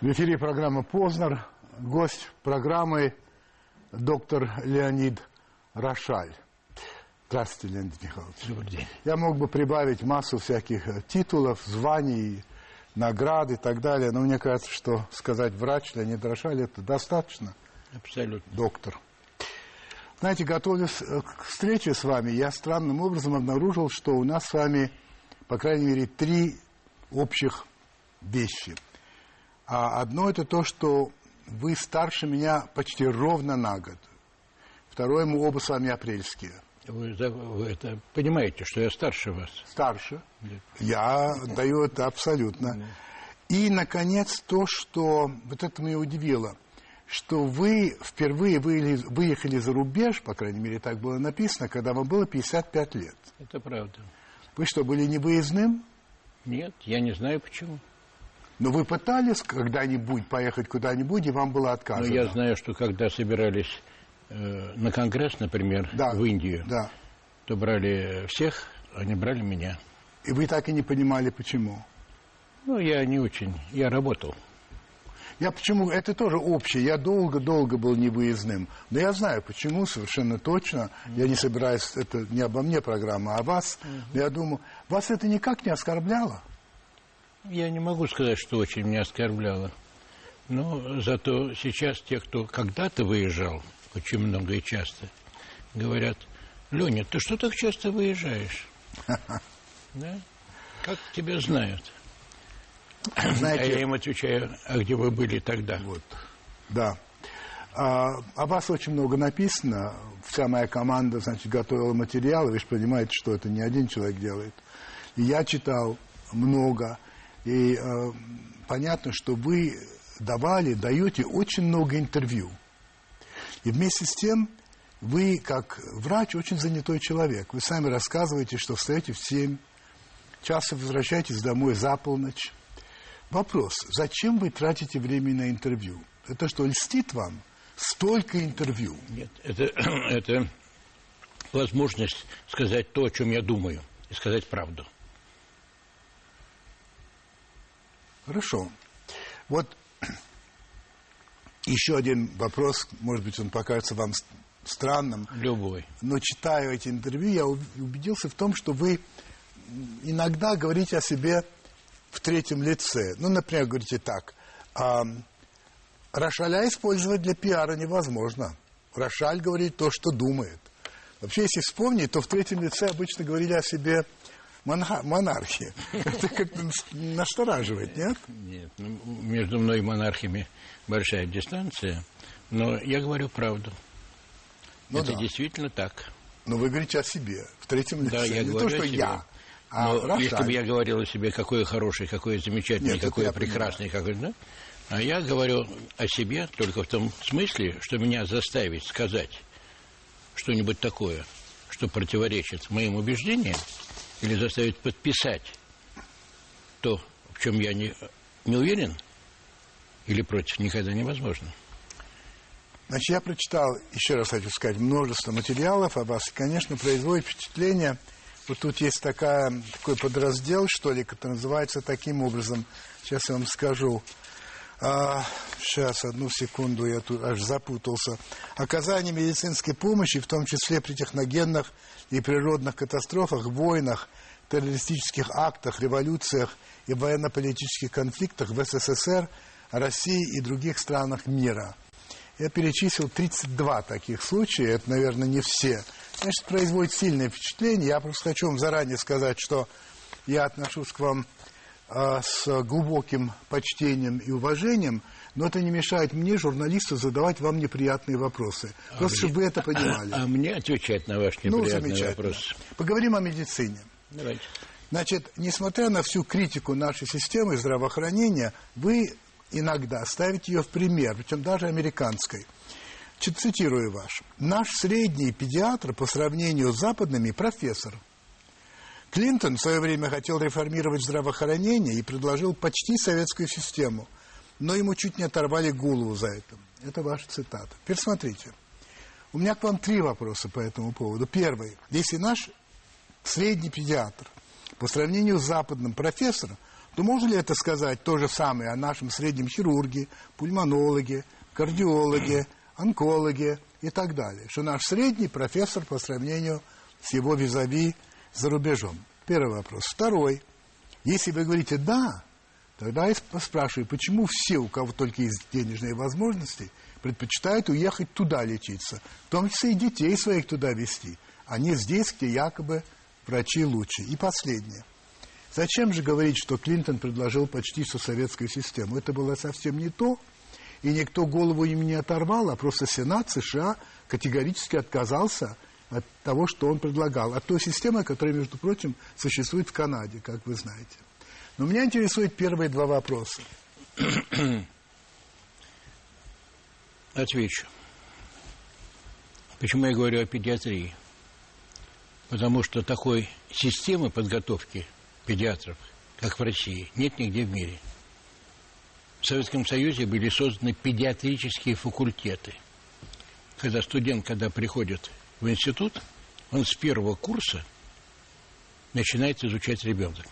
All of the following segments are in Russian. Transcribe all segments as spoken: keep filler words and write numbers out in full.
В эфире программа «Познер». Гость программы доктор Леонид Рошаль. Здравствуйте, Леонид Михайлович. Добрый день. Я мог бы прибавить массу всяких титулов, званий, наград и так далее, но мне кажется, что сказать врач Леонид Рошаль — это достаточно. Абсолютно. Доктор. Знаете, готовясь к встрече с вами, я странным образом обнаружил, что у нас с вами, по крайней мере, три общих вещи. А одно — это то, что вы старше меня почти ровно на год. Второе — мы оба с вами апрельские. Вы, вы это понимаете, что я старше вас? Старше. Да. Я даю это абсолютно. Да. И, наконец, то, что... Вот это меня удивило. Что вы впервые выехали за рубеж, по крайней мере, так было написано, когда вам было пятьдесят пять лет. Это правда. Вы что, были невыездным? Нет, я не знаю почему. Но вы пытались когда-нибудь поехать куда-нибудь, и вам было отказано? Но я знаю, что когда собирались э, на конгресс, например, да, в Индию, да. то брали всех, а не брали меня. И вы так и не понимали, почему? Ну, я не очень. Я работал. Я почему... Это тоже общее. Я долго-долго был невыездным. Но я знаю, почему, совершенно точно. Mm-hmm. Я не собираюсь... Это не обо мне программа, а о вас. Mm-hmm. Но я думаю, вас это никак не оскорбляло? Я не могу сказать, что очень меня оскорбляло. Но зато сейчас те, кто когда-то выезжал, очень много и часто, говорят: Леня, ты что так часто выезжаешь? Да? Как тебя знают? Знаете, а я им отвечаю: а где вы были тогда? Вот. Да. А, о вас очень много написано. Вся моя команда, значит, готовила материалы. Вы же понимаете, что это не один человек делает. И я читал много. И э, понятно, что вы давали, даете очень много интервью. И вместе с тем вы, как врач, очень занятой человек. Вы сами рассказываете, что встаете в семь, часто возвращаетесь домой за полночь. Вопрос: зачем вы тратите время на интервью? Это что, льстит вам? Столько интервью? Нет, это, это возможность сказать то, о чем я думаю, и сказать правду. Хорошо. Вот еще один вопрос, может быть, он покажется вам странным. Любой. Но читая эти интервью, я убедился в том, что вы иногда говорите о себе в третьем лице. Ну, например, говорите так: а, Рошаля использовать для пиара невозможно. Рошаль говорит то, что думает. Вообще, если вспомнить, то в третьем лице обычно говорили о себе монархии. Это как-то настораживает, нет? Нет, ну, между мной и монархиями большая дистанция, но я говорю правду. Ну, это да. Действительно так. Но вы говорите о себе в третьем лице. Да, я не говорю то, что о себе. Я. А Но если бы я говорил о себе, какой я хороший, какой я замечательный, Нет, какой я прекрасный, какой, да? А я говорю о себе только в том смысле, что меня заставить сказать что-нибудь такое, что противоречит моим убеждениям, или заставить подписать то, в чем я не, не уверен, или против, никогда невозможно. Значит, я прочитал, еще раз хочу сказать, множество материалов о вас, и, конечно, производит впечатление. Вот тут есть такая, такой подраздел, что ли, который называется таким образом. Сейчас я вам скажу. А, сейчас, одну секунду, я тут аж запутался. Оказание медицинской помощи, в том числе при техногенных и природных катастрофах, войнах, террористических актах, революциях и военно-политических конфликтах в СССР, России и других странах мира. Я перечислил тридцать два таких случая, это, наверное, не все. Значит, производит сильное впечатление. Я просто хочу вам заранее сказать, что я отношусь к вам э, с глубоким почтением и уважением, но это не мешает мне, журналисту, задавать вам неприятные вопросы. А просто, мне... чтобы вы это понимали. А, а мне отвечать на ваш неприятный ну, вопрос. Поговорим о медицине. Давайте. Значит, несмотря на всю критику нашей системы здравоохранения, вы иногда ставите ее в пример, причем даже американской. Цитирую ваш. Наш средний педиатр по сравнению с западными профессор. Клинтон в свое время хотел реформировать здравоохранение и предложил почти советскую систему, но ему чуть не оторвали голову за это. Это ваша цитата. Теперь смотрите. У меня к вам три вопроса по этому поводу. Первый. Если наш средний педиатр по сравнению с западным профессором то можно ли это сказать то же самое о нашем среднем хирурге, пульмонологе, кардиологе, онкологе и так далее? Что наш средний профессор по сравнению с его визави за рубежом. Первый вопрос. Второй. Если вы говорите «да», тогда я спрашиваю, почему все, у кого только есть денежные возможности, предпочитают уехать туда лечиться, в том числе и детей своих туда везти, а не здесь, где якобы врачи лучше. И последнее. Зачем же говорить, что Клинтон предложил почти всю советскую систему? Это было совсем не то, и никто голову им не оторвал, а просто Сенат США категорически отказался от того, что он предлагал, от той системы, которая, между прочим, существует в Канаде, как вы знаете. Но меня интересуют первые два вопроса. Отвечу. Почему я говорю о педиатрии? Потому что такой системы подготовки педиатров, как в России, нет нигде в мире. В Советском Союзе были созданы педиатрические факультеты. Когда студент, когда приходит в институт, он с первого курса начинает изучать ребенка.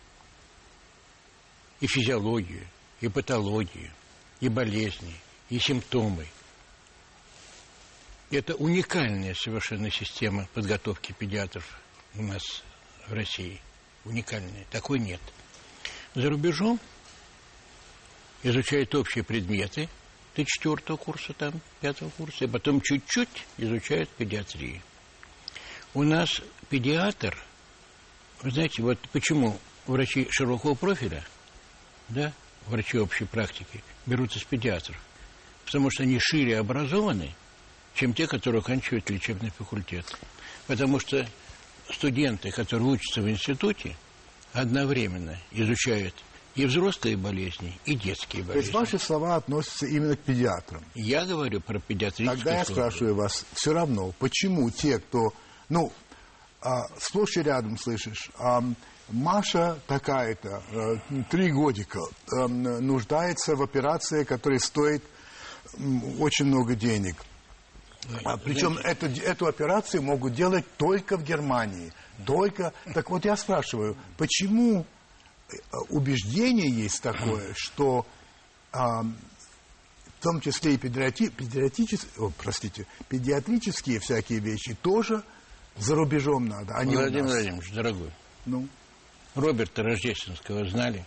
И физиологию, и патологию, и болезни, и симптомы. Это уникальная совершенно система подготовки педиатров у нас в России. Уникальная. Такой нет. За рубежом изучают общие предметы до четвертого курса, там, пятого курса, и потом чуть-чуть изучают педиатрию. У нас педиатр, вы знаете, вот почему врачи широкого профиля, да, врачи общей практики, берутся с педиатров. Потому что они шире образованы, чем те, которые оканчивают лечебный факультет. Потому что студенты, которые учатся в институте, одновременно изучают и взрослые болезни, и детские болезни. То есть ваши слова относятся именно к педиатрам? Я говорю про педиатрическую. Тогда я службу. Спрашиваю вас, все равно, почему те, кто, ну, а, сплошь и рядом слышишь, а, Маша такая-то, а, три годика, а, нуждается в операции, которая стоит м, очень много денег. А, причем эту, эту операцию могут делать только в Германии. Только. Так вот я спрашиваю, почему убеждение есть такое, что а, в том числе и педиатри, педиатрические, о, простите, педиатрические всякие вещи тоже за рубежом надо, а не у нас. Владимир Владимирович, дорогой, ну? Роберта Рождественского знали?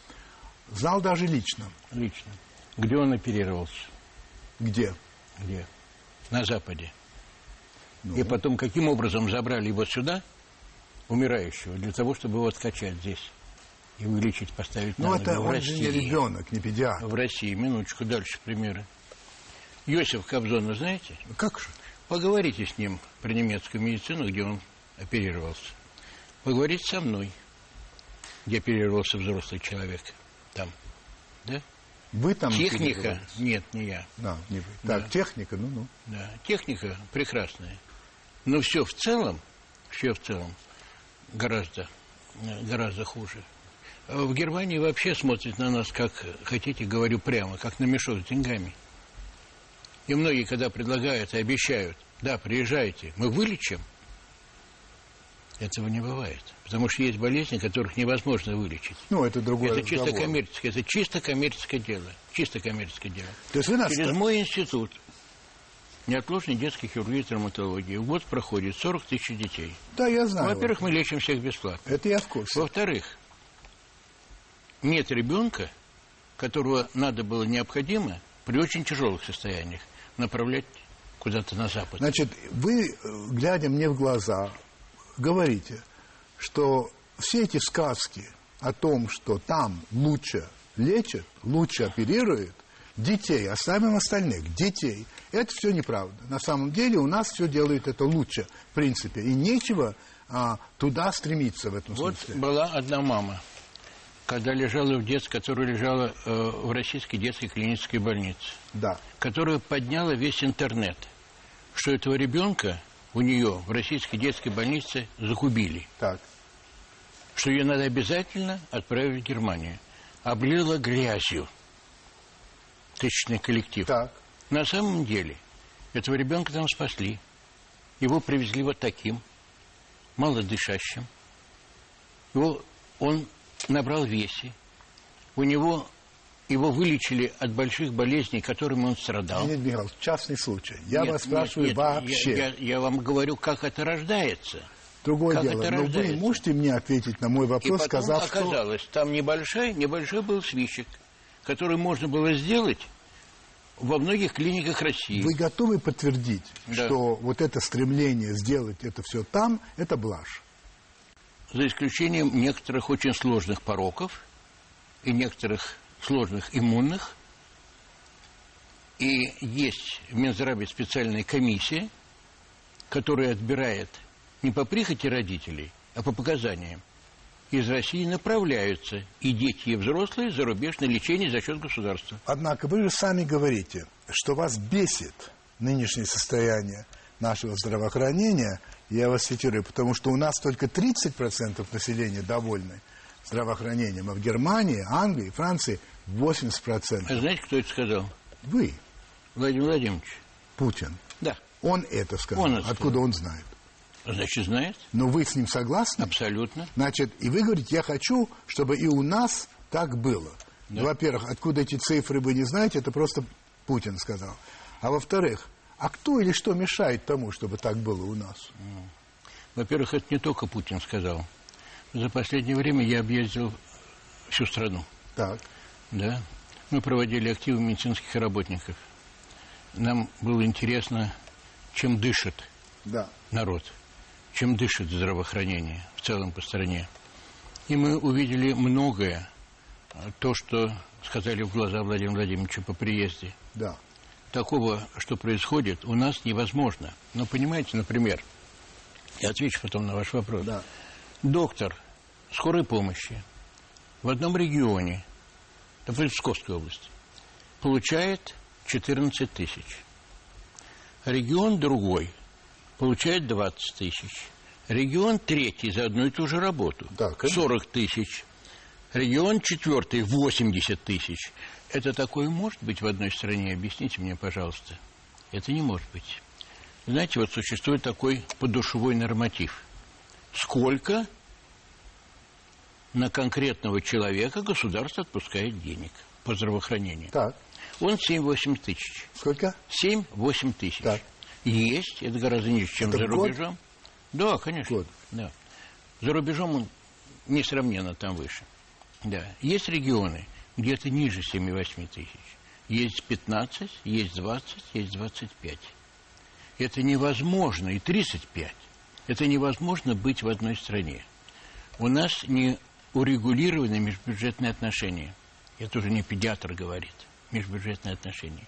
Знал даже лично. Лично. Где он оперировался? Где? Где? На Западе. Ну? И потом каким образом забрали его сюда, умирающего, для того, чтобы его откачать здесь и вылечить, поставить на ну, ноги это в он России. же не ребенок, не педиатр. В России. Минуточку, дальше примеры. Йосиф Кобзона, знаете? Как же? Поговорите с ним про немецкую медицину, где он оперировался. Поговорите со мной, где оперировался взрослый человек. Там. Да? Вы там техника? Нет, не я. Да, не вы. Так, да. Техника, ну-ну. Да, техника прекрасная. Но все в целом, все в целом гораздо, гораздо хуже. В Германии вообще смотрят на нас, как, хотите, говорю прямо, как на мешок с деньгами. И многие, когда предлагают и обещают, да, приезжайте, мы вылечим, этого не бывает. Потому что есть болезни, которых невозможно вылечить. Ну, это другое. Это чисто коммерческое, это чисто коммерческое дело. Чисто коммерческое дело. То есть вы нас... Через мой институт неотложной детской хирургии и травматологии в год проходит сорок тысяч детей. Да, я знаю. Во-первых, мы лечим всех бесплатно. Это я в курсе. Во-вторых, нет ребенка, которого надо было необходимо при очень тяжелых состояниях направлять куда-то на Запад. Значит, вы, глядя мне в глаза, говорите, что все эти сказки о том, что там лучше лечат, лучше оперируют детей, оставим остальных, детей, это все неправда. На самом деле у нас все делают это лучше, в принципе, и нечего а, туда стремиться в этом вот смысле. Была одна мама, когда лежала в детстве, которая лежала э, в российской детской клинической больнице, да. которая подняла весь интернет, что этого ребенка у нее в российской детской больнице загубили. Так. Что ее надо обязательно отправить в Германию. Облила грязью тысячный коллектив. Так. На самом деле этого ребенка там спасли. Его привезли вот таким, малодышащим. Его, он набрал весе, у него, его вылечили от больших болезней, которыми он страдал. Леонид Михайлович, частный случай. Я нет, вас спрашиваю нет, вообще. Я, я, я вам говорю, как это рождается. Другое как дело, это но рождается. вы можете мне ответить на мой вопрос, и потом сказав, оказалось, что... там небольшой, небольшой был свищик, который можно было сделать во многих клиниках России. Вы готовы подтвердить, да. что вот это стремление сделать это все там, это блажь? За исключением некоторых очень сложных пороков и некоторых сложных иммунных. И есть в Минздраве специальная комиссия, которая отбирает не по прихоти родителей, а по показаниям. Из России направляются и дети, и взрослые за рубеж на лечение за счет государства. Однако вы же сами говорите, что вас бесит нынешнее состояние нашего здравоохранения. Я вас цитирую, потому что у нас только тридцать процентов населения довольны здравоохранением, а в Германии, Англии, Франции восемьдесят процентов. А знаете, кто это сказал? Вы. Владимир Владимирович. Путин. Да. Он это сказал. Он это Откуда сказал. он знает? Значит, знает. Но вы с ним согласны? Абсолютно. Значит, и вы говорите, я хочу, чтобы и у нас так было. Да. Во-первых, откуда эти цифры вы не знаете, это просто Путин сказал. А во-вторых, а кто или что мешает тому, чтобы так было у нас? Во-первых, это не только Путин сказал. За последнее время я объездил всю страну. Так. Да. Мы проводили активы медицинских работников. Нам было интересно, чем дышит Да. народ, чем дышит здравоохранение в целом по стране. И мы увидели многое, то, что сказали в глаза Владимиру Владимировичу по приезде. Да. Такого, что происходит, у нас невозможно. Но понимаете, например, я отвечу потом на ваш вопрос. Да. Доктор скорой помощи в одном регионе, например, в Псковской области, получает четырнадцать тысяч. Регион другой получает двадцать тысяч. Регион третий за одну и ту же работу Да, сорок тысяч. Регион четвертый восемьдесят тысяч. Это такое может быть в одной стране? Объясните мне, пожалуйста. Это не может быть. Знаете, вот существует такой подушевой норматив. Сколько на конкретного человека государство отпускает денег по здравоохранению? Так. Он семь-восемь тысяч. Сколько? семь-восемь тысяч. Так. Есть, это гораздо ниже, чем это за год? рубежом. Да, конечно. Год. Да. За рубежом он несравненно там выше. Да. Есть регионы, где это ниже семь-восемь тысяч. Есть пятнадцать, есть двадцать, есть двадцать пять. Это невозможно, и тридцать пять. Это невозможно быть в одной стране. У нас не урегулированы межбюджетные отношения. Это уже не педиатр говорит. Межбюджетные отношения.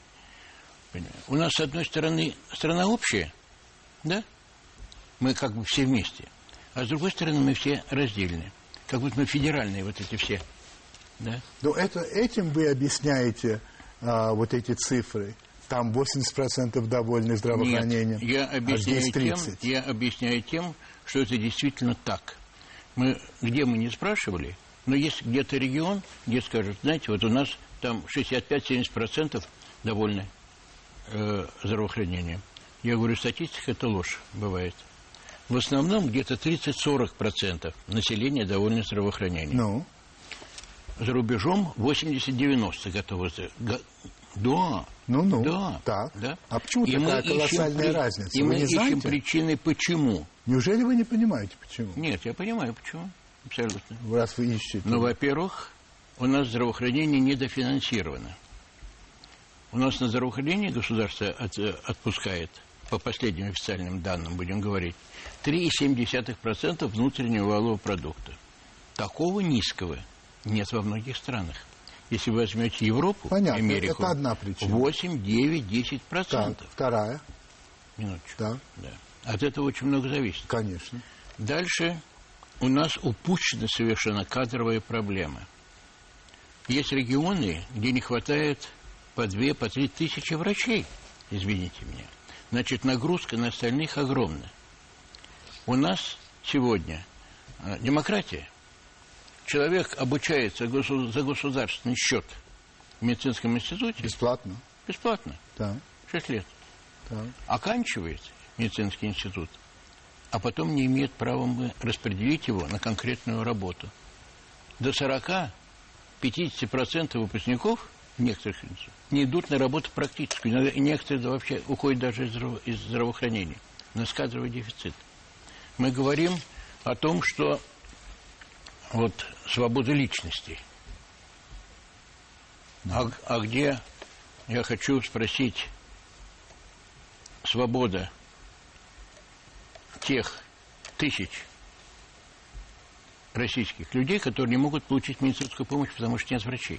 У нас, с одной стороны, страна общая, да? Мы как бы все вместе. А с другой стороны, мы все раздельные. Как будто мы федеральные вот эти все. Да? Но это, этим вы объясняете а, вот эти цифры. Там восемьдесят процентов довольны здравоохранением, Нет, я объясняю, а здесь тридцать. тем, я объясняю тем, что это действительно так. Мы, где мы не спрашивали, но есть где-то регион, где скажут, знаете, вот у нас там шестьдесят пять-семьдесят процентов довольны э, здравоохранением. Я говорю, статистика – это ложь, бывает. В основном где-то тридцать-сорок процентов населения довольны здравоохранением. Ну? За рубежом восемьдесят-девяносто готовы. Да. Ну-ну. Да. Так. Да. А почему и такая колоссальная ищем, разница? И вы мы не ищем знаете? причины, почему. Неужели вы не понимаете, почему? Нет, я понимаю, почему. Абсолютно. Раз вы ищете. Но, во-первых, у нас здравоохранение недофинансировано. У нас на здравоохранение государство от, отпускает, по последним официальным данным, будем говорить, три целых семь десятых процента внутреннего валового продукта. Такого низкого нет во многих странах. Если вы возьмете Европу, Понятно, Америку, это одна причина. восемь, девять, десять Так, процентов. вторая. Минуточку. Да. Да. От этого очень много зависит. Конечно. Дальше у нас упущена совершенно кадровая проблема. Есть регионы, где не хватает по две, по три тысячи врачей, извините меня. Значит, нагрузка на остальных огромна. У нас сегодня э, демократия. Человек обучается госу- за государственный счет в медицинском институте. Бесплатно. Бесплатно. Да. Шесть лет. Так. Оканчивает медицинский институт, а потом не имеет права распределить его на конкретную работу. До сорока пятьдесят процентов выпускников некоторых не идут на работу практическую. И некоторые вообще уходят даже из, здраво- из здравоохранения. У нас кадровый дефицит. Мы говорим о том, что вот свобода личности. А, а где, я хочу спросить, свобода тех тысяч российских людей, которые не могут получить медицинскую помощь, потому что нет врачей?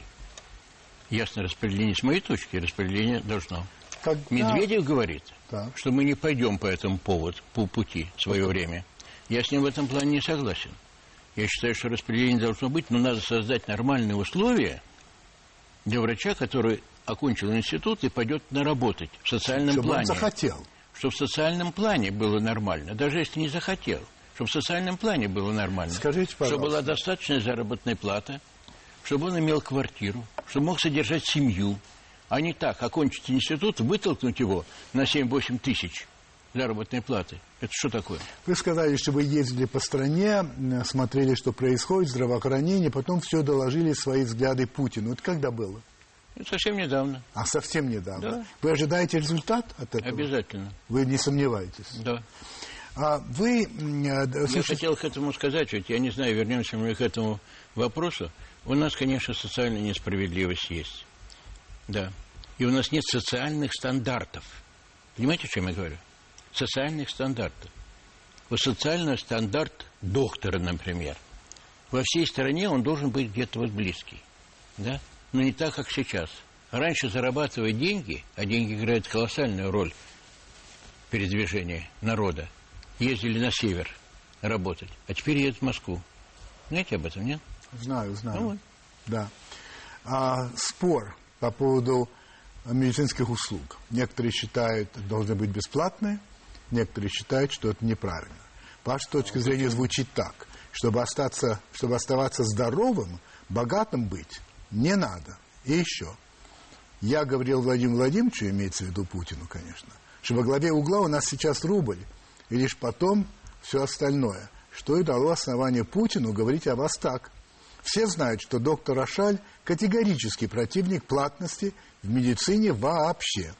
Ясное распределение, с моей точки, распределение должно. Когда... Медведев говорит, так. что мы не пойдем по этому поводу, по пути в свое время. Я с ним в этом плане не согласен. Я считаю, что распределение должно быть, но надо создать нормальные условия для врача, который окончил институт и пойдет наработать в социальном чтобы плане. Чтобы он захотел. Чтобы в социальном плане было нормально, даже если не захотел. Чтобы в социальном плане было нормально. Скажите, пожалуйста. Чтобы была достаточная заработная плата, чтобы он имел квартиру, чтобы мог содержать семью, а не так, окончить институт, вытолкнуть его на семь-восемь тысяч заработной платы. Это что такое? Вы сказали, что вы ездили по стране, смотрели, что происходит, здравоохранение, потом все доложили свои взгляды Путину. Это когда было? Это совсем недавно. А совсем недавно? Да. Вы ожидаете результат от этого? Обязательно. Вы не сомневаетесь? Да. А вы... Я слушайте... хотел к этому сказать, ведь я не знаю, вернемся мы к этому вопросу. У нас, конечно, социальная несправедливость есть. Да. И у нас нет социальных стандартов. Понимаете, о чем я говорю? Социальных стандартов. Вот социальный стандарт доктора, например. Во всей стране он должен быть где-то вот близкий. Да? Но не так, как сейчас. Раньше, зарабатывая деньги, а деньги играют колоссальную роль в передвижении народа, ездили на север работать, а теперь едут в Москву. Знаете об этом, нет? Знаю, знаю. Ну, вот. Да. А, спор по поводу медицинских услуг. Некоторые считают, должны быть бесплатные, некоторые считают, что это неправильно. Ваша точка зрения звучит так: чтобы остаться, чтобы оставаться здоровым, богатым быть не надо. И еще. Я говорил Владимиру Владимировичу, имеется в виду Путину, конечно, что во главе угла у нас сейчас рубль, и лишь потом все остальное. Что и дало основание Путину говорить о вас так. Все знают, что доктор Рошаль категорический противник платности в медицине вообще.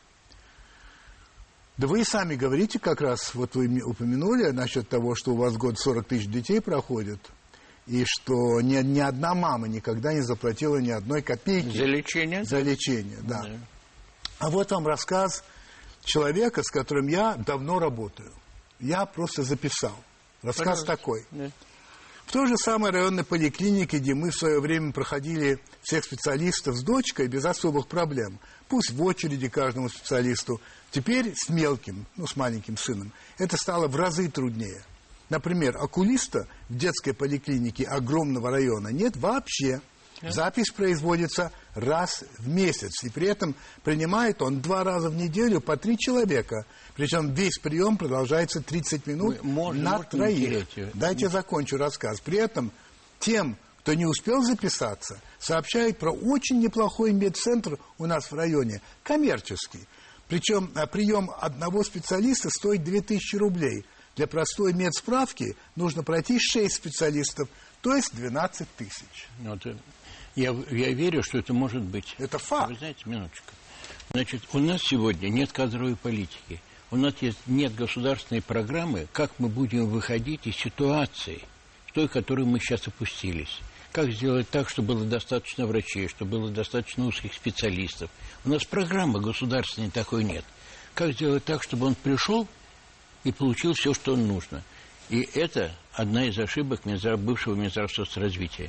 Да вы и сами говорите, как раз, вот вы упомянули насчет того, что у вас в год сорок тысяч детей проходит, и что ни, ни одна мама никогда не заплатила ни одной копейки. За лечение? За лечение, да. да. А вот вам рассказ человека, с которым я давно работаю. Я просто записал. Рассказ Пожалуйста. такой. Да. В той же самой районной поликлинике, где мы в свое время проходили всех специалистов с дочкой без особых проблем, пусть в очереди каждому специалисту, теперь с мелким, ну, с маленьким сыном, это стало в разы труднее. Например, окулиста в детской поликлинике огромного района нет вообще. Запись производится раз в месяц, и при этом принимает он два раза в неделю по три человека. Причем весь прием продолжается тридцать минут Можно, на троих. Дайте закончу рассказ. При этом тем, кто не успел записаться, сообщают про очень неплохой медцентр у нас в районе, коммерческий. Причем прием одного специалиста стоит две тысячи рублей. Для простой медсправки нужно пройти шесть специалистов, то есть двенадцать тысяч. Вот, я, я верю, что это может быть. Это факт. Вы знаете, минуточку. Значит, у нас сегодня нет кадровой политики. У нас есть, нет государственной программы, как мы будем выходить из ситуации, в той, в которой мы сейчас опустились. Как сделать так, чтобы было достаточно врачей, чтобы было достаточно узких специалистов. У нас программы государственной такой нет. Как сделать так, чтобы он пришел и получил все, что он нужно. И это одна из ошибок бывшего Минздрава соцразвития.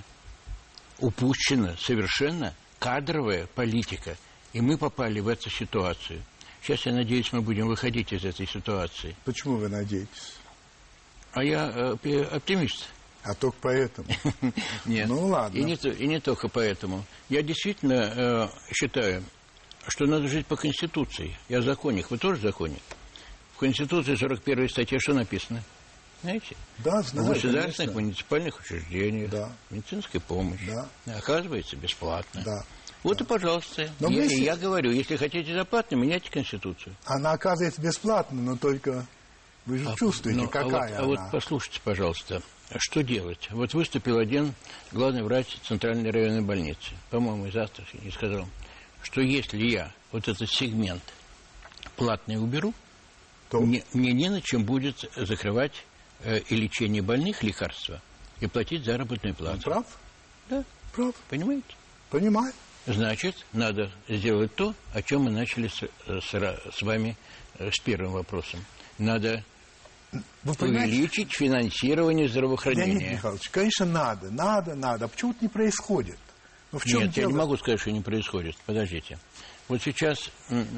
Упущена совершенно кадровая политика. И мы попали в эту ситуацию. Сейчас, я надеюсь, мы будем выходить из этой ситуации. Почему вы надеетесь? А я э, оптимист. А только поэтому? Нет. Ну, ладно. И не, и не только поэтому. Я действительно э, считаю, что надо жить по Конституции. Я законник. Вы тоже законник? В Конституции сорок первой статье что написано? Знаете? Да, знаю, в государственных, конечно. муниципальных учреждениях да. медицинская помощь да. оказывается бесплатно. Да. Вот да. и пожалуйста. Но я, если... я говорю, если хотите заплатно, меняйте Конституцию. Она оказывается бесплатно, но только Вы же а, чувствуете, ну, какая а вот, она. А вот послушайте, пожалуйста, что делать? Вот выступил один главный врач Центральной районной больницы, по-моему, из Астрахани, и сказал, что если я вот этот сегмент платный уберу, то мне, мне не на чем будет закрывать э, и лечение больных, лекарства, и платить заработную плату. Он прав? Да. Прав. Понимаете? Понимаю. Значит, надо сделать то, о чем мы начали с, с, с вами э, с первым вопросом. Надо увеличить финансирование здравоохранения. Леонид Михайлович, конечно, надо, надо, надо. А почему это не происходит? Ну, в чем Нет, дело? Я не могу сказать, что не происходит. Подождите. Вот сейчас,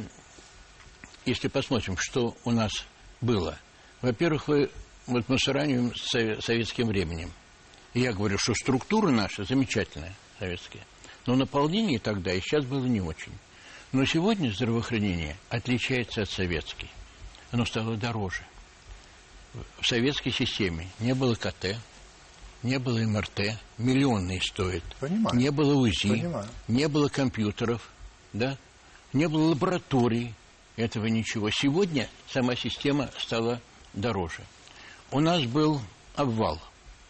если посмотрим, что у нас было. Во-первых, вы, вот мы сравниваем с советским временем. И я говорю, что структура наша замечательная, советская. Но наполнение тогда и сейчас было не очень. Но сегодня здравоохранение отличается от советской. Оно стало дороже. В советской системе не было ка тэ, не было эм эр тэ, миллионные стоят. Понимаю. Не было УЗИ, Понимаю. Не было компьютеров, да? Не было лабораторий, этого ничего. Сегодня сама система стала дороже. У нас был обвал,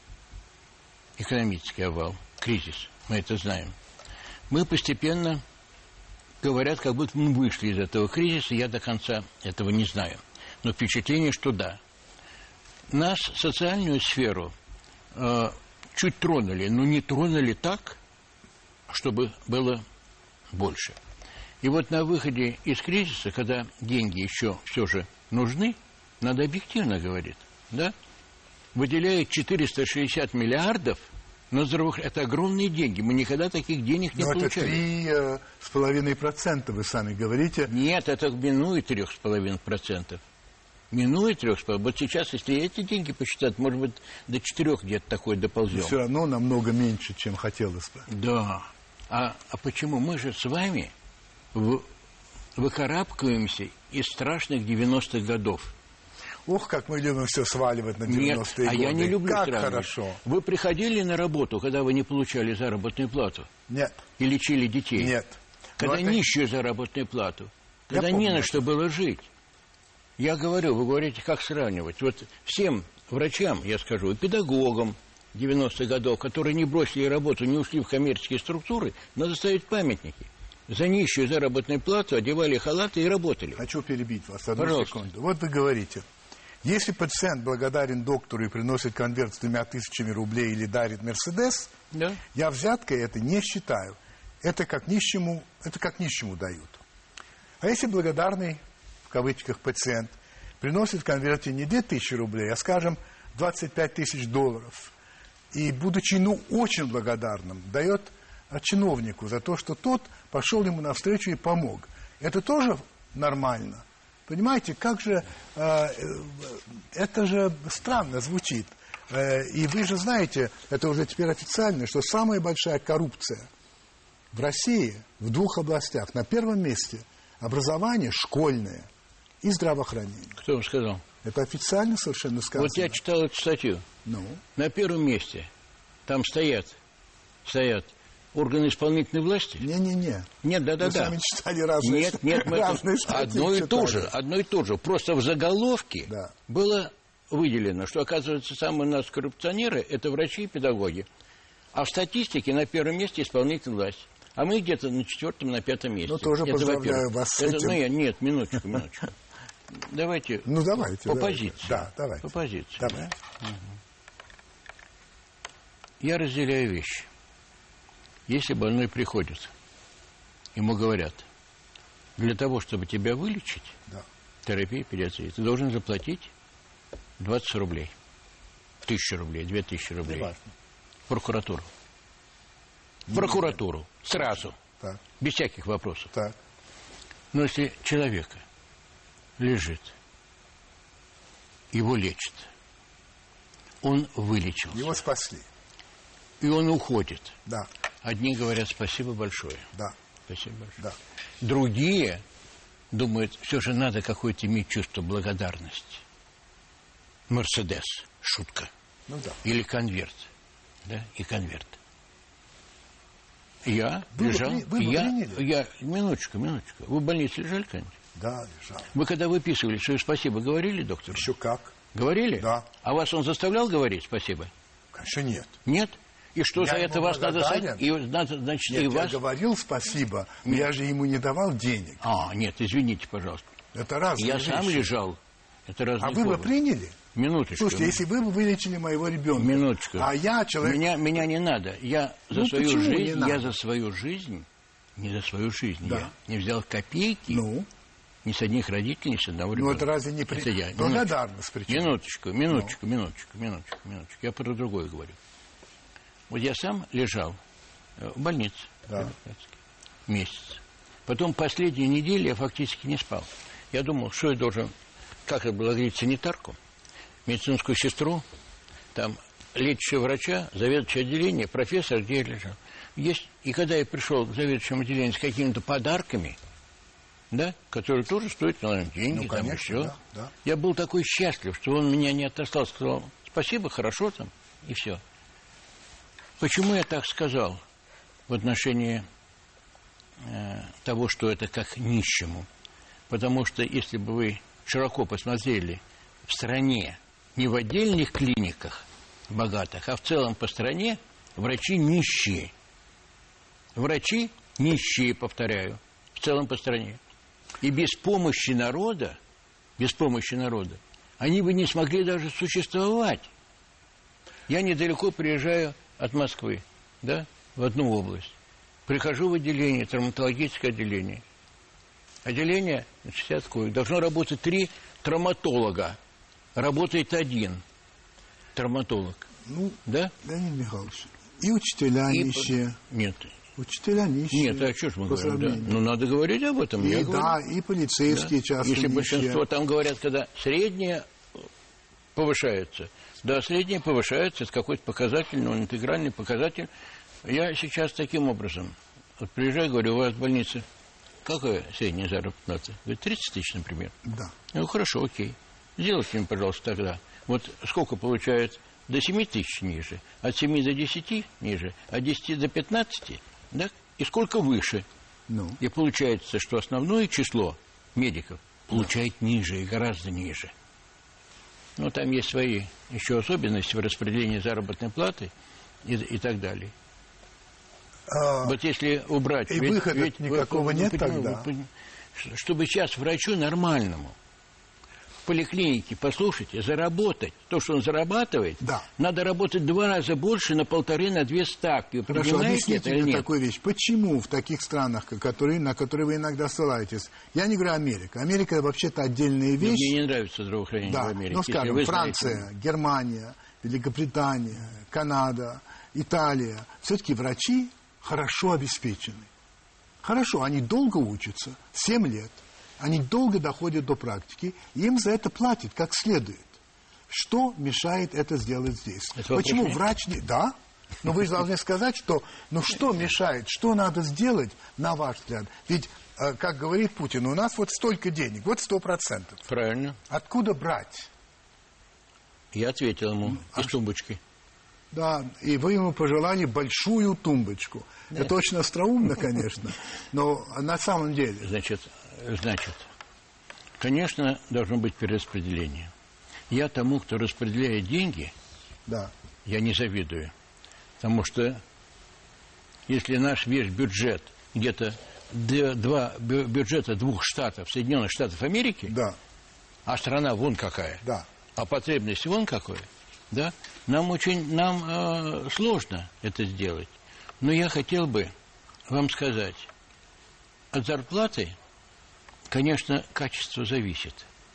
экономический обвал, кризис, мы это знаем. Мы постепенно, говорят, как будто мы вышли из этого кризиса, я до конца этого не знаю. Но впечатление, что да. Нас, социальную сферу, э, чуть тронули, но не тронули так, чтобы было больше. И вот на выходе из кризиса, когда деньги еще все же нужны, надо объективно говорить, да, выделяет четыреста шестьдесят миллиардов на здравоохранение. Это огромные деньги. Мы никогда таких денег не но получали. Это три с половиной процента, вы сами говорите. Нет, это минует трех с половиной процентов. Минует трех с половиной. Вот сейчас, если эти деньги посчитать, может быть, до четырех где-то такой доползем. Все равно намного меньше, чем хотелось бы. Да. А, а почему? Мы же с вами в, выкарабкиваемся из страшных девяностых годов. Ох, как мы любим все сваливать на девяностые годы. Нет, а я не люблю как сравнивать. Хорошо. Вы приходили на работу, когда вы не получали заработную плату? Нет. И лечили детей? Нет. Когда это... нищую заработную плату? Когда я не помню, на что было жить? Я говорю, вы говорите, как сравнивать. Вот всем врачам, я скажу, и педагогам девяностых годов, которые не бросили работу, не ушли в коммерческие структуры, надо ставить памятники. За нищую заработную плату одевали халаты и работали. Хочу перебить вас одну Пожалуйста. секунду. Вот вы говорите, если пациент благодарен доктору и приносит конверт с двумя тысячами рублей или дарит Мерседес, да. я взяткой это не считаю. Это как нищему, это как нищему дают. А если благодарный, в кавычках, пациент приносит в конверте не две тысячи рублей, а, скажем, двадцать пять тысяч долларов, и, будучи, ну, очень благодарным, дает чиновнику за то, что тот пошел ему навстречу и помог. Это тоже нормально. Понимаете, как же... Э, это же странно звучит. Э, и вы же знаете, это уже теперь официально, что самая большая коррупция в России в двух областях. На первом месте образование школьное и здравоохранение. Кто вам сказал? Это официально совершенно сказано. Вот я читал эту статью. Ну? На первом месте там стоят, стоят органы исполнительной власти? Не-не-не. Нет, да-да-да. Вы сами читали разные, нет, нет, мы разные статьи. Одно и то же, одно и то же. Просто в заголовке да. было выделено, что, оказывается, самые у нас коррупционеры – это врачи и педагоги. А в статистике на первом месте исполнительная власть. А мы где-то на четвертом, на пятом месте. Ну, тоже это, поздравляю вас с это, этим. Ну, я, нет, минуточку, минуточку. Давайте, ну, давайте по давайте. позиции. Да, давайте. По позиции. Давай. Угу. Я разделяю вещи. Если больной приходит, ему говорят, для того, чтобы тебя вылечить, да. терапия, педиатрия, ты должен заплатить двадцать рублей. Тысячу рублей, две тысячи рублей. В прокуратуру. В прокуратуру. Сразу. Так. Без всяких вопросов. Так. Но если человека лежит, его лечат, он вылечился. Его спасли. И он уходит. Да. Одни говорят спасибо большое. Да. Спасибо большое. Да. Другие думают, все же надо какое-то иметь чувство благодарности. Мерседес. Шутка. Ну да. Или конверт. Да, и конверт. Я вы лежал... Бы, вы бы я, приняли? я, минуточку, минуточку. Вы в больнице лежали когда-нибудь? Да, лежал. Вы когда выписывали, что спасибо говорили доктору? Еще как. Говорили? Да. А вас он заставлял говорить спасибо? Конечно, нет. Нет? И что Я за это вас надо... И, надо значит, нет, и я вас... говорил спасибо, но я же ему не давал денег. А, нет, извините, пожалуйста. Это разные Я вещи. сам лежал. Это разные А вы бы приняли? Минуточку. Слушайте, если вы бы вылечили моего ребенка, Минуточку. А я человек... Меня, меня не надо. Я за Ну, свою почему не жизнь, надо? я за свою жизнь, не за свою жизнь, Да. я не взял копейки Ну, ни с одних родителей, ни с одного ну ребенка. это разве не при... Это я. благодарность причем? Минуточку, минуточку, минуточку, минуточку, минуточку. Я про другое говорю. Вот я сам лежал в больнице. Да. Месяц. Потом последние недели я фактически не спал. Я думал, что я должен, как это было говорить, санитарку, медицинскую сестру, там, лечащего врача, заведующего отделения, профессор, где я лежал. Есть, и когда я пришел к заведующему отделению с какими-то подарками, да, которые тоже стоят, наверное, деньги, Ну, там, конечно, и все. да, да. Я был такой счастлив, что он меня не отослал, сказал, спасибо, хорошо там, и все. Почему я так сказал в отношении э, того, что это как нищему? Потому что если бы вы широко посмотрели в стране, не в отдельных клиниках богатых, а в целом по стране, врачи нищие. Врачи нищие, повторяю, в целом по стране. И без помощи народа, без помощи народа, они бы не смогли даже существовать. Я недалеко приезжаю от Москвы, да, в одну область. Прихожу в отделение, травматологическое отделение. Отделение, шестьдесят коек. Должно работать три травматолога. Работает один травматолог. Ну, да? Леонид Михайлович, и учителя и... нищие. Нет. Учителя нищие. Нет, а что ж мы говорим? Да? Ну, надо говорить об этом. И, я да, говорю. и полицейские да. часто Если нищие. большинство там говорят, когда среднее повышается. Да, среднее повышается, это какой-то показатель, ну, интегральный показатель. Я сейчас таким образом. Вот приезжаю, говорю, у вас в больнице какая средняя заработная плата? Говорит, тридцать тысяч, например. Да. Ну, хорошо, окей. Сделайте мне, пожалуйста, тогда. Вот сколько получают до семи тысяч ниже, от семи до десяти ниже, от десяти до пятнадцати, да? И сколько выше. Ну. И получается, что основное число медиков получает да. ниже и гораздо ниже. Ну, там есть свои еще особенности в распределении заработной платы и, и так далее. А, вот если убрать... И ведь, выхода ведь, никакого вы, нет вы, тогда. Вы, чтобы сейчас врачу нормальному в поликлинике, послушайте, заработать то, что он зарабатывает, да. надо работать два раза больше на полторы, на две ставки. Вы Хорошо, объясните мне такую вещь. Почему в таких странах, которые, на которые вы иногда ссылаетесь, я не говорю Америка, Америка вообще-то отдельная вещь. Мне не нравится здравоохранение да. в Америке. Ну, скажем, Франция, знаете... Германия, Великобритания, Канада, Италия. Все-таки врачи хорошо обеспечены. Хорошо, они долго учатся, семь лет. Они долго доходят до практики, и им за это платят как следует. Что мешает это сделать здесь? Это Почему вопрос? Врач не... Да, но вы же должны сказать, что... Ну что мешает? Что надо сделать, на ваш взгляд? Ведь, как говорит Путин, у нас вот столько денег, вот сто процентов. Правильно. Откуда брать? Я ответил ему ну, из а... тумбочки. Да, и вы ему пожелали большую тумбочку. Да. Это очень остроумно, конечно, но на самом деле... Значит, значит, конечно, должно быть перераспределение. Я тому, кто распределяет деньги, да. я не завидую. Потому что если наш весь бюджет где-то два бюджета двух штатов, Соединенных Штатов Америки, да. а страна вон какая, да. а потребность вон какой, да, нам очень нам э, сложно это сделать. Но я хотел бы вам сказать, от зарплаты, конечно, качество зависит.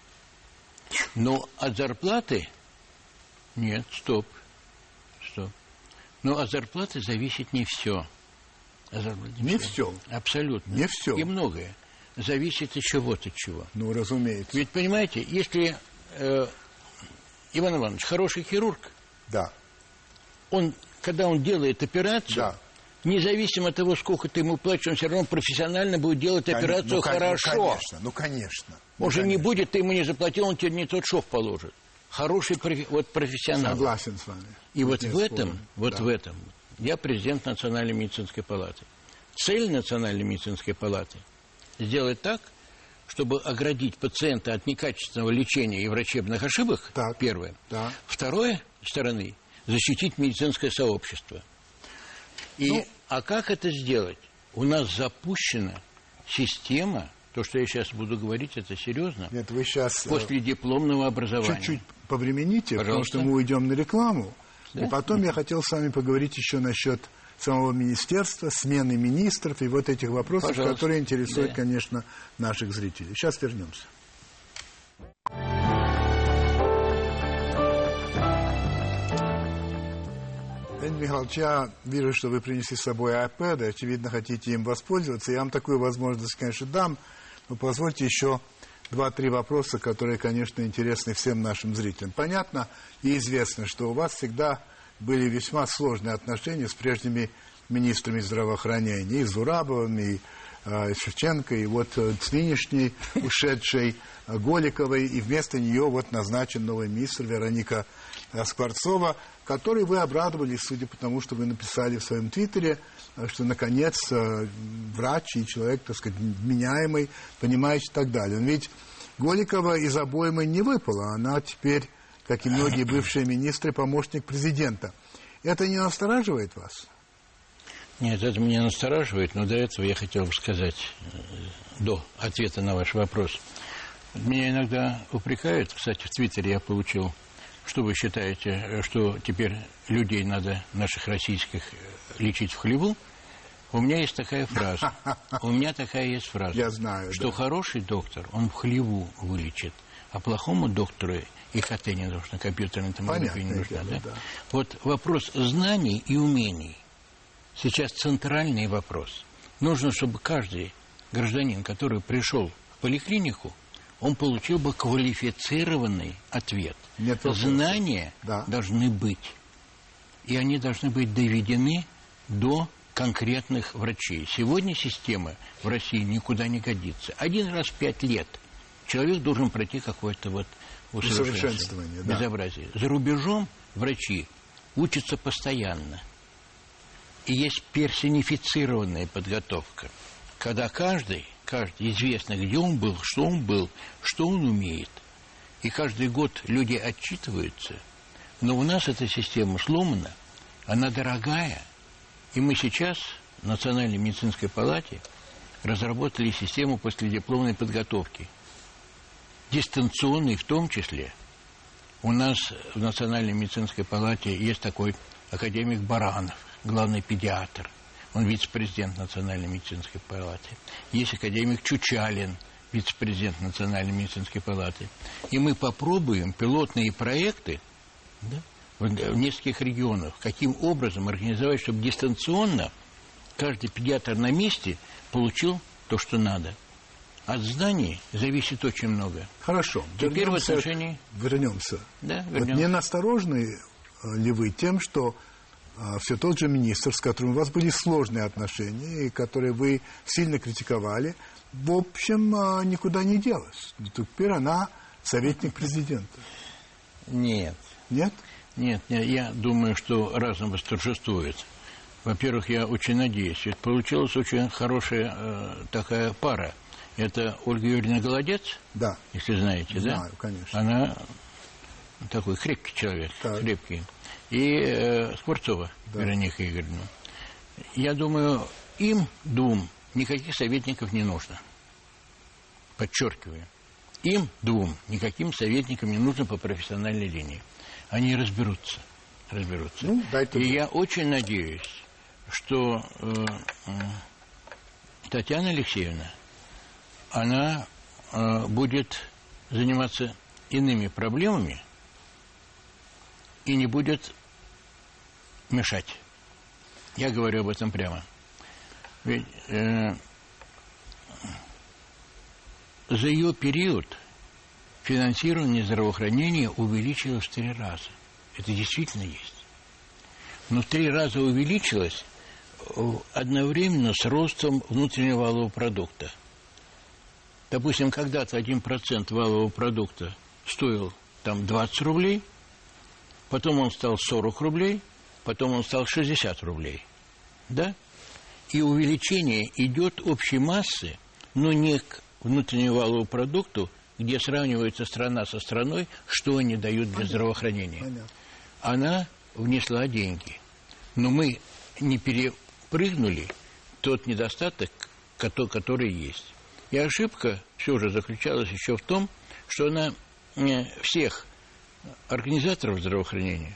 Но от зарплаты... Нет, стоп. Стоп. Но от зарплаты зависит не все. Не, не все. Абсолютно. Не все. И многое. Зависит еще вот от чего. Ну, разумеется. Ведь, понимаете, если э, Иван Иванович хороший хирург, да. он, когда он делает операцию... Да. Независимо от того, сколько ты ему платишь, он все равно профессионально будет делать операцию ну, хорошо. Ну, конечно, ну, конечно. Он ну, же конечно. не будет, ты ему не заплатил, он тебе не тот шов положит. Хороший профи, вот профессионал. Согласен с вами. И вот в этом, спорим. вот да. в этом, я президент Национальной медицинской палаты. Цель Национальной медицинской палаты сделать так, чтобы оградить пациента от некачественного лечения и врачебных ошибок, так, первое. Да. Второе, стороны, защитить медицинское сообщество. И, ну, а как это сделать? У нас запущена система, то, что я сейчас буду говорить, это серьезно. Нет, вы сейчас... После дипломного образования. Чуть-чуть повремените, Пожалуйста. Потому что мы уйдем на рекламу. Да? И потом я хотел с вами поговорить еще насчет самого министерства, смены министров и вот этих вопросов, Пожалуйста. которые интересуют, да. конечно, наших зрителей. Сейчас вернемся. Леонид Михайлович, я вижу, что вы принесли с собой iPad, и, очевидно, хотите им воспользоваться. Я вам такую возможность, конечно, дам, но позвольте еще два-три вопроса, которые, конечно, интересны всем нашим зрителям. Понятно и известно, что у вас всегда были весьма сложные отношения с прежними министрами здравоохранения, и Зурабовым, и э, Шевченко, и вот э, с нынешней ушедшей э, Голиковой, и вместо нее вот назначен новый министр Вероника э, Скворцова, которой вы обрадовались, судя по тому, что вы написали в своем твиттере, э, что, наконец, э, врач и человек, так сказать, вменяемый, понимающий и так далее. Но ведь Голикова из обоймы не выпала, она теперь, как и многие бывшие министры, помощник президента. Это не настораживает вас? Нет, это меня настораживает, но до этого я хотел бы сказать, до ответа на ваш вопрос. Меня иногда упрекают, кстати, в Твиттере я получил, что вы считаете, что теперь людей надо, наших российских, лечить в хлеву? У меня есть такая фраза. У меня такая есть фраза. Я знаю, что да. хороший доктор, он в хлеву вылечит, а плохому доктору и ИХТ не нужно, компьютерная томография не нужна. Да? Да. Вот вопрос знаний и умений сейчас центральный вопрос. Нужно, чтобы каждый гражданин, который пришел в поликлинику, он получил бы квалифицированный ответ. Нет Знания да. должны быть. И они должны быть доведены до конкретных врачей. Сегодня система в России никуда не годится. Один раз в пять лет человек должен пройти какое-то вот усовершенствование, да. безобразие. За рубежом врачи учатся постоянно. И есть персонифицированная подготовка, когда каждый, каждый известно, где он был, что он был, что он умеет. И каждый год люди отчитываются. Но у нас эта система сломана, она дорогая. И мы сейчас в Национальной медицинской палате разработали систему последипломной подготовки. Дистанционной в том числе. У нас в Национальной медицинской палате есть такой академик Баранов, главный педиатр. Он вице-президент Национальной медицинской палаты. Есть академик Чучалин, вице-президент Национальной медицинской палаты. И мы попробуем пилотные проекты, да, в нескольких регионах, каким образом организовать, чтобы дистанционно каждый педиатр на месте получил то, что надо. От знаний зависит очень много. Хорошо. Теперь вернемся, в отношении... Вернемся. Да, вернемся. Вот не насторожены ли вы тем, что а, все тот же министр, с которым у вас были сложные отношения, и который вы сильно критиковали, в общем, а, никуда не делась? Теперь она советник президента. Нет. Нет? Нет, я думаю, что разум восторжествует. Во-первых, я очень надеюсь. Ведь получилась очень хорошая э, такая пара. Это Ольга Юрьевна Голодец, да. если знаете, Знаю, да? Знаю, конечно. Она такой крепкий человек, так. крепкий. И э, Скворцова, да. Вероника Игоревна. Я думаю, им двум никаких советников не нужно. Подчеркиваю. Им двум никаким советникам не нужно по профессиональной линии. Они разберутся. разберутся. Ну, и я очень надеюсь, что э, э, Татьяна Алексеевна, она э, будет заниматься иными проблемами и не будет мешать. Я говорю об этом прямо. Ведь э, за ее период финансирование здравоохранения увеличилось в три раза. Это действительно есть. Но в три раза увеличилось одновременно с ростом внутреннего валового продукта. Допустим, когда-то один процент валового продукта стоил там двадцать рублей, потом он стал сорок рублей, потом он стал шестьдесят рублей. Да? И увеличение идет общей массы, но не к внутреннему валовому продукту, где сравнивается страна со страной, что они дают для Понятно. здравоохранения. Понятно. Она внесла деньги. Но мы не перепрыгнули тот недостаток, который есть. И ошибка все же заключалась еще в том, что она всех организаторов здравоохранения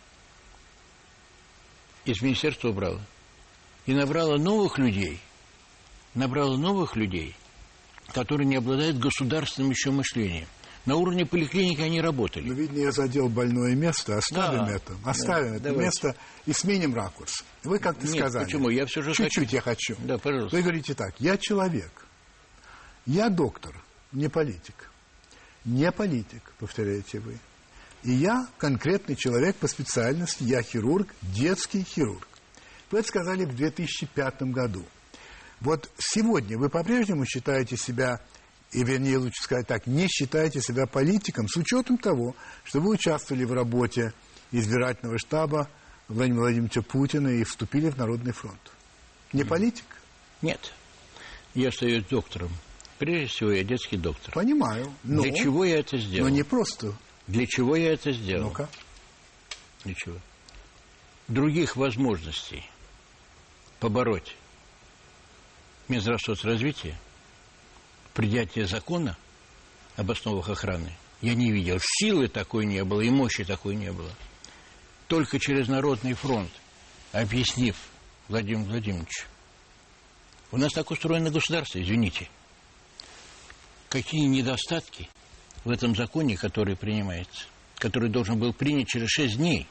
из министерства убрала. И набрала новых людей, набрала новых людей, которые не обладают государственным еще мышлением. На уровне поликлиники они работали. Ну, видно, я задел больное место. Оставим да, это. Оставим да, это давайте. место и сменим ракурс. Вы как-то Нет, сказали. Почему? Я все же Чуть-чуть хочу. я хочу. Да, пожалуйста. Вы говорите так. Я человек. Я доктор, не политик. Не политик, повторяете вы. И я конкретный человек по специальности. Я хирург, детский хирург. Вы это сказали в две тысячи пятом году. Вот сегодня вы по-прежнему считаете себя, и вернее, лучше сказать так, не считаете себя политиком, с учетом того, что вы участвовали в работе избирательного штаба Владимира Владимировича Путина и вступили в Народный фронт. Не политик? Нет. Я остаюсь доктором. Прежде всего, я детский доктор. Понимаю. Но, Для чего я это сделал? Но не просто. Для чего я это сделал? Ну-ка. Для чего? Других возможностей побороть Минздравсоцразвития, принятие закона об основах охраны, я не видел. Силы такой не было и мощи такой не было. Только через Народный фронт, объяснив Владимиру Владимировичу, у нас так устроено государство, извините, какие недостатки в этом законе, который принимается, который должен был принят через шесть дней,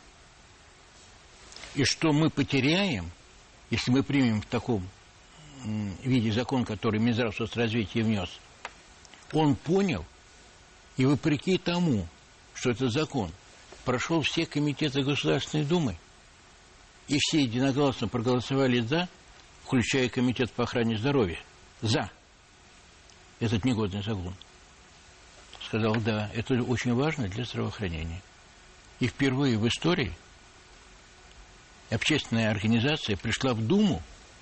и что мы потеряем, если мы примем в таком виде закон, который Минздравсоцразвития внес. Он понял, и вопреки тому, что этот закон прошел все комитеты Государственной Думы, и все единогласно проголосовали «за», включая Комитет по охране здоровья, «за» этот негодный закон. Сказал, да, это очень важно для здравоохранения. И впервые в истории общественная организация пришла в Думу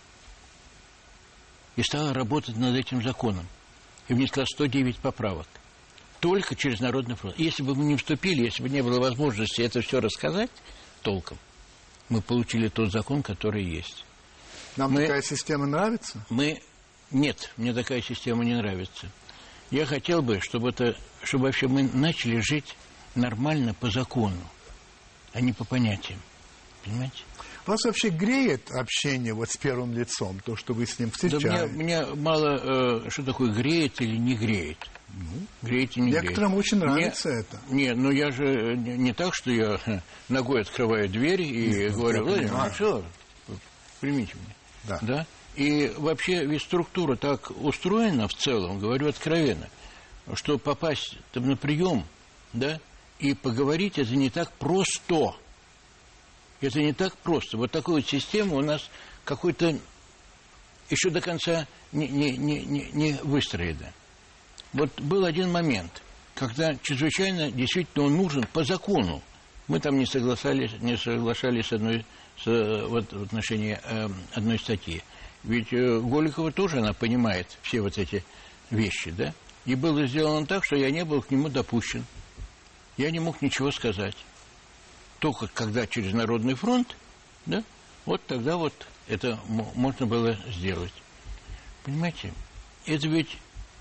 и стала работать над этим законом. И внесла сто девять поправок. Только через Народный фронт. Если бы мы не вступили, если бы не было возможности это все рассказать толком, мы получили тот закон, который есть. Нам мы, такая система нравится? Мы... Нет, мне такая система не нравится. Я хотел бы, чтобы, это, чтобы вообще мы начали жить нормально по закону, а не по понятиям. Понимаете? Вас вообще греет общение вот с первым лицом, то, что вы с ним встречаетесь? Да меня, меня мало, э, что такое греет или не греет. Ну, греет и не некоторым греет. очень нравится мне, это. Нет, ну я же не, не так, что я ногой открываю дверь и нет, говорю, Владимир, ну, все, примите меня. Да. Да? И вообще ведь структура так устроена в целом, говорю откровенно, что попасть там на прием, да, и поговорить это не так просто. Это не так просто. Вот такую вот систему у нас какой-то еще до конца не, не, не, не, не выстроена. Вот был один момент, когда чрезвычайно действительно он нужен по закону. Мы там не соглашались, не соглашались с одной, с, вот, в отношении э, одной статьи. Ведь э, Голикова тоже, она понимает все вот эти вещи, да? И было сделано так, что я не был к нему допущен. Я не мог ничего сказать. Только когда через Народный фронт, да, вот тогда вот это можно было сделать. Понимаете? Это ведь...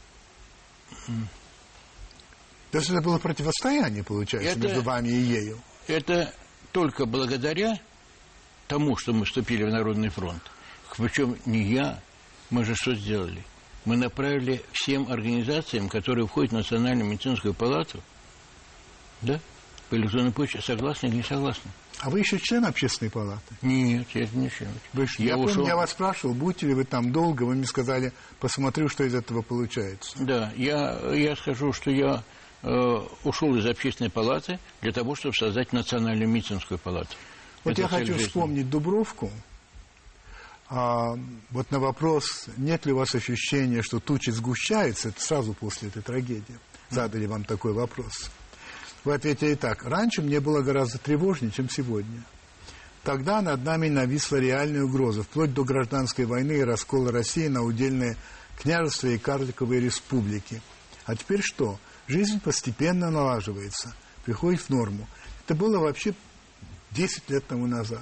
То есть это было противостояние, получается, это, между вами и ею? Это только благодаря тому, что мы вступили в Народный фронт. Причем не я, мы же что сделали? Мы направили всем организациям, которые входят в Национальную медицинскую палату, да, по электронной почте, согласны или не согласны? А вы еще член общественной палаты? Нет, я не член. Вы, я я ушел... помню, я вас спрашивал, будете ли вы там долго, вы мне сказали, посмотрю, что из этого получается. Да, я, я скажу, что я э, ушел из общественной палаты для того, чтобы создать Национальную медицинскую палату. Вот это я хочу жизни. вспомнить Дубровку. А, вот на вопрос, нет ли у вас ощущения, что тучи сгущаются, это сразу после этой трагедии. Задали вам такой вопрос. Вы ответили так. Раньше мне было гораздо тревожнее, чем сегодня. Тогда над нами нависла реальная угроза, вплоть до гражданской войны и раскола России на удельные княжества и карликовые республики. А теперь что? Жизнь постепенно налаживается, приходит в норму. Это было вообще десять лет тому назад.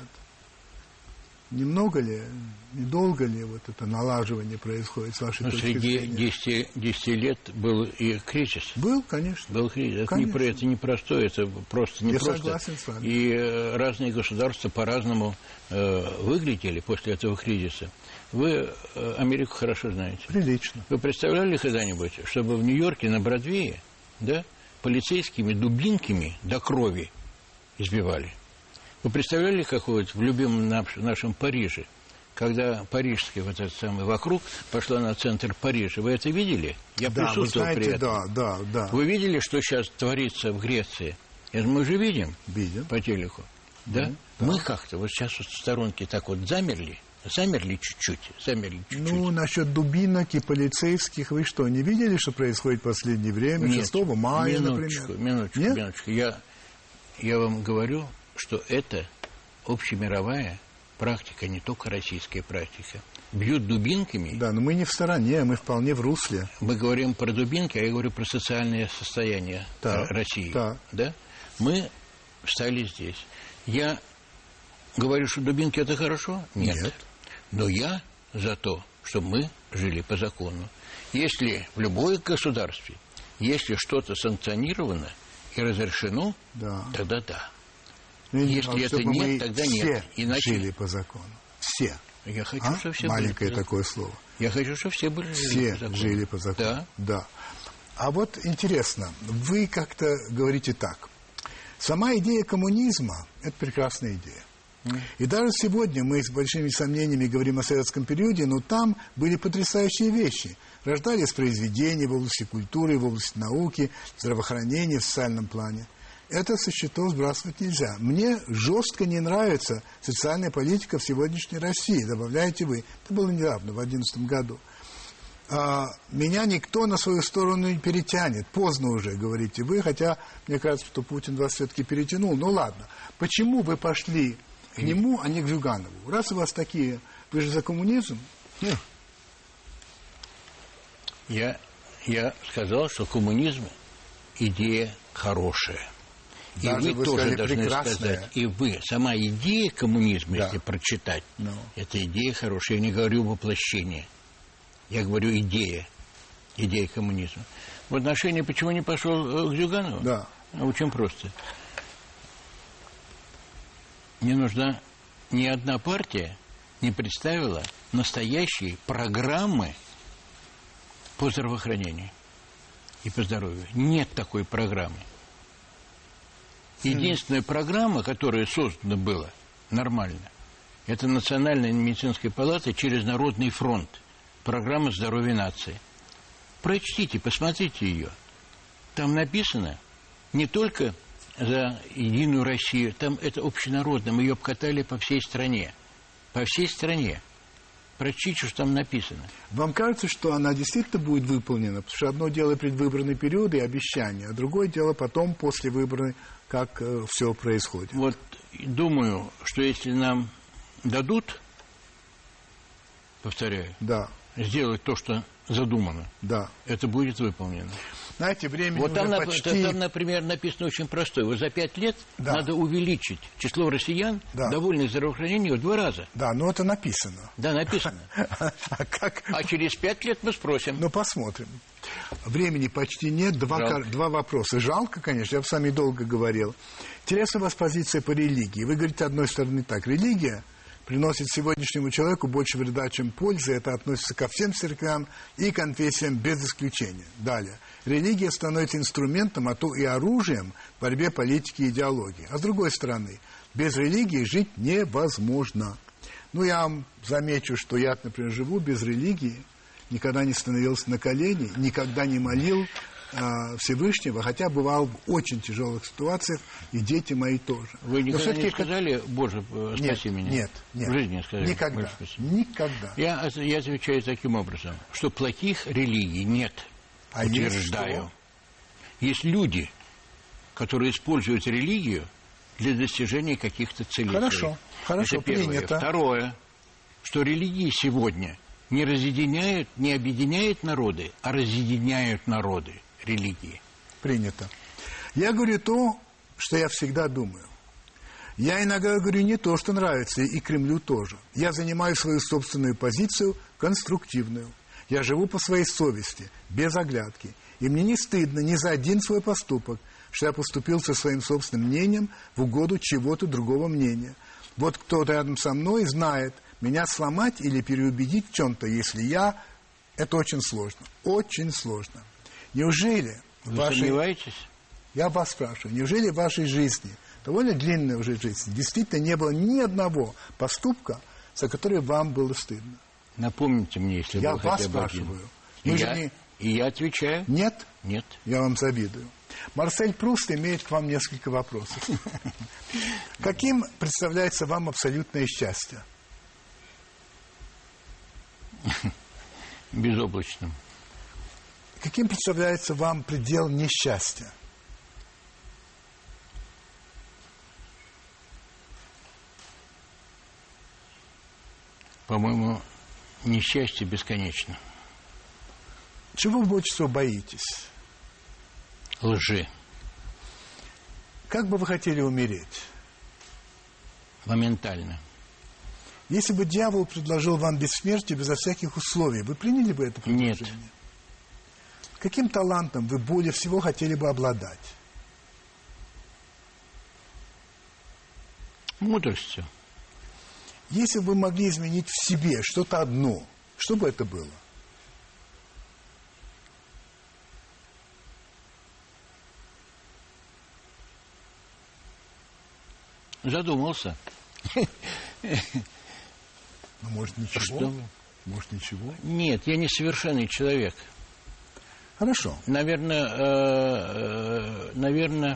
Немного ли, недолго ли вот это налаживание происходит с вашей Но точки среди зрения? десяти лет был и кризис. Был, конечно. Был кризис. Это, конечно. не, это не простое, это просто не Я просто. согласен с вами. И э, разные государства по-разному э, выглядели после этого кризиса. Вы э, Америку хорошо знаете. Прилично. Вы представляли когда-нибудь, чтобы в Нью-Йорке на Бродвее, да, полицейскими дубинками до крови избивали? Вы представляли, как вот в любимом нашем Париже, когда парижский вот этот самый вокруг пошла на центр Парижа, вы это видели? Я да, присутствовал вы знаете, при этом. Да, да, да. Вы видели, что сейчас творится в Греции? Это мы же видим, видим по телеку. Да? Mm, да? Мы как-то вот сейчас вот в сторонке так вот замерли, замерли чуть-чуть, замерли чуть-чуть. Ну, насчет дубинок и полицейских, вы что, не видели, что происходит в последнее время? Нет, шестого мая, минуточку, например? Минуточку, Нет? минуточку. Я, я вам говорю, что это общемировая практика, не только российская практика. Бьют дубинками. Да, но мы не в стороне, мы вполне в русле. Мы говорим про дубинки, а я говорю про социальное состояние так, России. Так. Да? Мы встали здесь. Я говорю, что дубинки – это хорошо? Нет. Нет. Но я за то, чтобы мы жили по закону. Если в любое государстве, если что-то санкционировано и разрешено, да. тогда да. Ну, если это нет, тогда все нет. Иначе... жили по закону. Все. Я хочу, а? чтобы все Маленькое были по такое слово. Я хочу, чтобы все были все жили по закону. жили по закону. Да. Да. А вот интересно, вы как-то говорите так. Сама идея коммунизма – это прекрасная идея. Mm. И даже сегодня мы с большими сомнениями говорим о советском периоде, но там были потрясающие вещи. Рождались произведения в области культуры, в области науки, здравоохранения, в социальном плане. Это со счетов сбрасывать нельзя. Мне жестко не нравится социальная политика в сегодняшней России. Добавляете вы. Это было недавно, в две тысячи одиннадцатом году. А, меня никто на свою сторону не перетянет. Поздно уже, говорите вы, хотя мне кажется, что Путин вас все-таки перетянул. Ну ладно. Почему вы пошли к нему, а не к Зюганову? Раз у вас такие... Вы же за коммунизм? Нет. Я, я сказал, что коммунизм – идея хорошая. И Даже вы, вы тоже сказали, должны прекрасная. сказать, и вы, сама идея коммунизма, да. если прочитать, no. это идея хорошая. Я не говорю воплощение. Я говорю идея. Идея коммунизма. В отношении, почему не пошел к Зюганову? Да. Очень просто. Не нужна ни одна партия не представила настоящие программы по здравоохранению и по здоровью. Нет такой программы. Единственная программа, которая создана была нормально, это Национальная медицинская палата через Народный фронт. Программа здоровья нации. Прочтите, посмотрите ее. Там написано не только за Единую Россию, там это общенародно. Мы ее обкатали по всей стране. По всей стране. Прочтите, что там написано. Вам кажется, что она действительно будет выполнена? Потому что одно дело предвыборный период и обещания, а другое дело потом, после выборы, как э, все происходит. Вот думаю, что если нам дадут, повторяю, да. сделать то, что задумано, да. это будет выполнено. Знаете, времени вот там, уже почти... там, например, написано очень простое. Вот за пять лет да. надо увеличить число россиян, да. довольных здравоохранением, в два раза. Да, но это написано. Да, написано. А как? А через пять лет мы спросим. Ну, посмотрим. Времени почти нет. Два, кор... Два вопроса. Жалко, конечно, я бы с вами долго говорил. Интересна у вас позиция по религии. Вы говорите, с одной стороны, так, религия приносит сегодняшнему человеку больше вреда, чем пользы. Это относится ко всем церквям и конфессиям без исключения. Далее. Религия становится инструментом, а то и оружием в борьбе политики и идеологии. А с другой стороны, без религии жить невозможно. Ну, я вам замечу, что я, например, живу без религии, никогда не становился на колени, никогда не молил э, Всевышнего, хотя бывал в очень тяжелых ситуациях, и дети мои тоже. Вы никогда не сказали, Боже, спаси нет, меня? Нет, нет. В жизни не сказали? Никогда, никогда. Я, я отвечаю таким образом, что плохих религий нет. А утверждаю. Есть, есть люди, которые используют религию для достижения каких-то целей. Хорошо, хорошо, это первое. принято. Второе, что религии сегодня не разъединяют, не объединяют народы, а разъединяют народы, религии. Принято. Я говорю то, что я всегда думаю. Я иногда говорю не то, что нравится, и Кремлю тоже. Я занимаю свою собственную позицию, конструктивную. Я живу по своей совести, без оглядки. И мне не стыдно ни за один свой поступок, что я поступил со своим собственным мнением в угоду чего-то другого мнения. Вот кто-то рядом со мной знает, меня сломать или переубедить в чем-то, если я... Это очень сложно. Очень сложно. Неужели... Вы вашей... сомневаетесь? Я вас спрашиваю, неужели в вашей жизни, довольно длинной уже жизни, действительно не было ни одного поступка, за который вам было стыдно? Напомните мне, если я был вас хотя бы спрашиваю. один. И же я, не... и я отвечаю. Нет? Нет. Я вам завидую. Марсель Пруст имеет к вам несколько вопросов. Каким представляется вам абсолютное счастье? Безоблачным. Каким представляется вам предел несчастья? По-моему, несчастье бесконечно. Чего вы больше всего боитесь? Лжи. Как бы вы хотели умереть? Моментально. Если бы дьявол предложил вам бессмертие безо всяких условий, вы приняли бы это предложение? Нет. Каким талантом вы более всего хотели бы обладать? Мудростью. Если бы вы могли изменить в себе что-то одно, что бы это было? Задумался. Ну, может, ничего? Что? Может, ничего? Нет, я не совершенный человек. Хорошо. Наверное, э, э, наверное,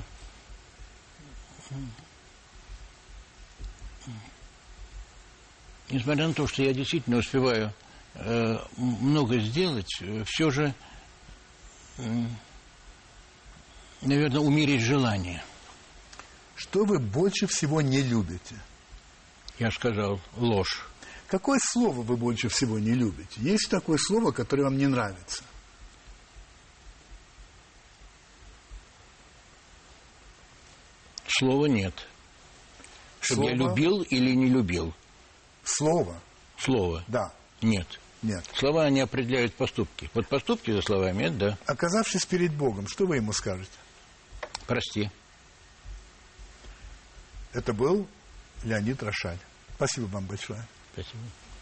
несмотря на то, что я действительно успеваю э, много сделать, все же, э, наверное, умерить желание. Что вы больше всего не любите? Я сказал, ложь. Какое слово вы больше всего не любите? Есть такое слово, которое вам не нравится? Слова нет. Чтобы Слово? я любил или не любил. Слово? Слово? Да. Нет. Нет. Слова, они определяют поступки. Вот поступки за словами, это да. Оказавшись перед Богом, что вы ему скажете? Прости. Это был Леонид Рошаль. Спасибо вам большое. Спасибо.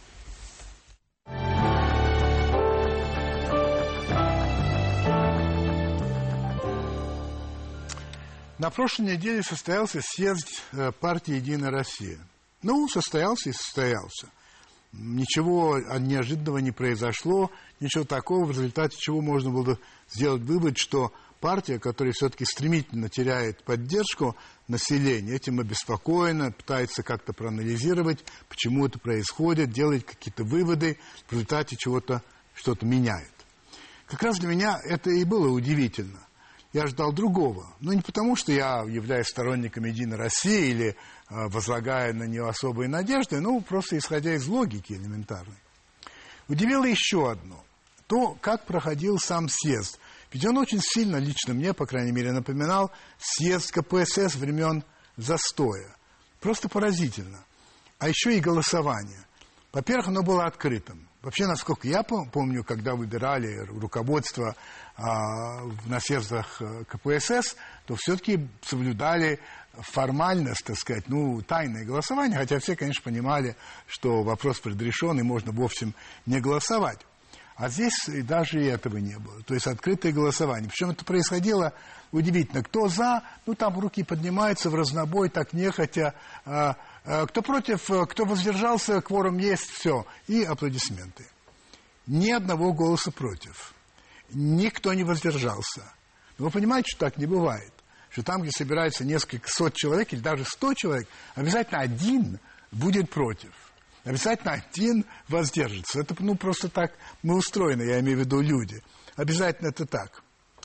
На прошлой неделе состоялся съезд партии «Единая Россия». Ну, состоялся и состоялся. Ничего неожиданного не произошло, ничего такого, в результате чего можно было сделать вывод, что партия, которая все-таки стремительно теряет поддержку населения, этим обеспокоена, пытается как-то проанализировать, почему это происходит, делает какие-то выводы, в результате чего-то что-то меняет. Как раз для меня это и было удивительно. Я ждал другого. Но не потому, что я являюсь сторонником «Единой России» или э, возлагая на нее особые надежды, но просто исходя из логики элементарной. Удивило еще одно. То, как проходил сам съезд. Ведь он очень сильно, лично мне, по крайней мере, напоминал съезд ка пэ эс эс времен застоя. Просто поразительно. А еще и голосование. Во-первых, оно было открытым. Вообще, насколько я помню, когда выбирали руководство а, на съездах ка пэ эс эс, то все-таки соблюдали формальность, так сказать, ну, тайное голосование, хотя все, конечно, понимали, что вопрос предрешен и можно вовсе не голосовать. А здесь даже и этого не было. То есть открытое голосование. Причем это происходило удивительно. Кто за, ну, там руки поднимаются в разнобой, так нехотя. А, а, кто против, кто воздержался, кворум есть, все. И аплодисменты. Ни одного голоса против. Никто не воздержался. Но вы понимаете, что так не бывает. Что там, где собирается несколько сот человек или даже сто человек, обязательно один будет против. Обязательно один воздержится. Это, ну, просто так мы устроены, я имею в виду люди. Обязательно это так.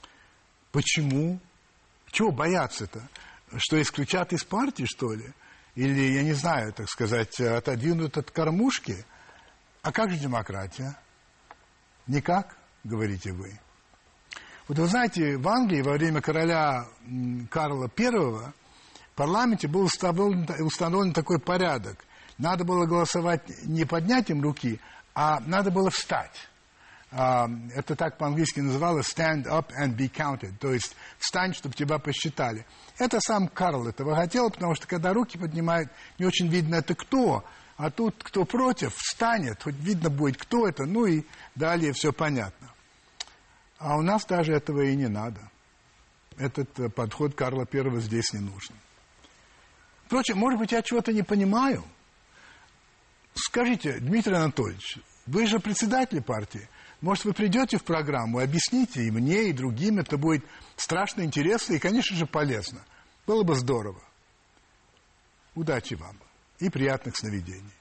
Почему? Чего бояться-то? Что исключат из партии, что ли? Или, я не знаю, так сказать, отодвинут от кормушки? А как же демократия? Никак, говорите вы. Вот вы знаете, в Англии во время короля Карла Первого в парламенте был установлен, установлен такой порядок. Надо было голосовать не поднятием руки, а надо было встать. Это так по-английски называлось «stand up and be counted», то есть «встань, чтобы тебя посчитали». Это сам Карл этого хотел, потому что когда руки поднимают, не очень видно, это кто, а тут кто против, встанет, хоть видно будет, кто это, ну и далее все понятно. А у нас даже этого и не надо. Этот подход Карла Первого здесь не нужен. Впрочем, может быть, я чего-то не понимаю. Скажите, Дмитрий Анатольевич, вы же председатель партии. Может, вы придете в программу, объясните и мне, и другим. Это будет страшно интересно и, конечно же, полезно. Было бы здорово. Удачи вам и приятных сновидений.